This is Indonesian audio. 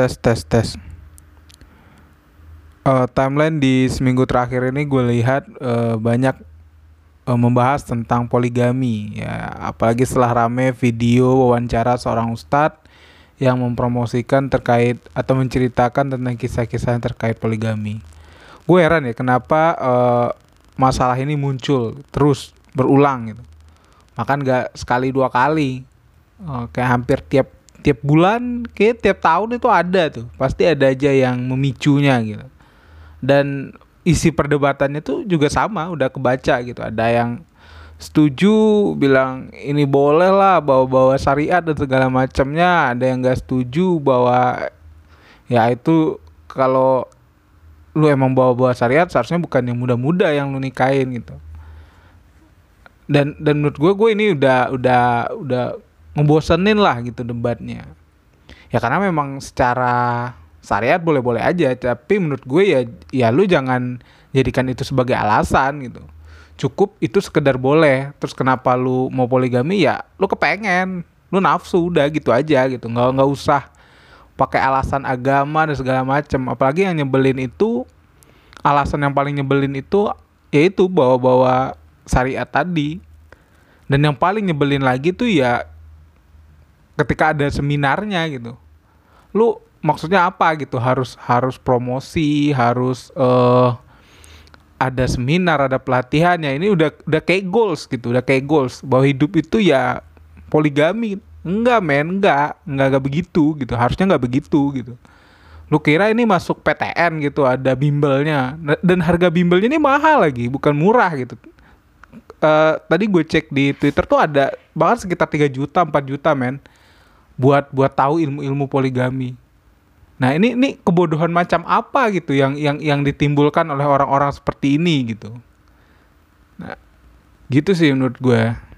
Tes tes tes. Timeline di seminggu terakhir ini gue lihat banyak membahas tentang poligami ya, apalagi setelah rame video wawancara seorang ustadz yang mempromosikan terkait atau menceritakan tentang kisah-kisah yang terkait poligami. Gue heran ya kenapa masalah ini muncul terus berulang gitu. Makan gak sekali dua kali. Kayak hampir tiap tiap bulan, kayak tiap tahun itu ada tuh. Pasti ada aja yang memicunya gitu. Dan isi perdebatannya tuh juga sama, udah kebaca gitu. Ada yang setuju bilang ini boleh lah bawa-bawa syariat dan segala macamnya. Ada yang gak setuju bahwa ya itu kalau lu emang bawa-bawa syariat seharusnya bukan yang muda-muda yang lu nikahin gitu. Dan menurut gue ini udah ngebosenin lah gitu debatnya. Ya karena memang secara syariat boleh-boleh aja, tapi menurut gue ya lu jangan jadikan itu sebagai alasan gitu. Cukup itu sekedar boleh. Terus kenapa lu mau poligami, ya lu kepengen, lu nafsu, udah gitu aja gitu. Nggak usah pakai alasan agama dan segala macam. Apalagi yang nyebelin itu, alasan yang paling nyebelin itu yaitu bawa-bawa syariat tadi. Dan yang paling nyebelin lagi tuh ya ketika ada seminarnya gitu. Lu maksudnya apa gitu? Harus promosi, harus ada seminar, ada pelatihannya. Ini udah kayak goals gitu, udah kayak goals bahwa hidup itu ya poligami. Enggak men, enggak begitu gitu. Harusnya enggak begitu gitu. Lu kira ini masuk PTN gitu, ada bimbelnya. Dan harga bimbelnya ini mahal lagi, bukan murah gitu. Tadi gue cek di Twitter tuh ada bahkan sekitar 3 juta, 4 juta men. Buat tahu ilmu-ilmu poligami. Nah, ini kebodohan macam apa gitu yang ditimbulkan oleh orang-orang seperti ini gitu. Nah, gitu sih menurut gue.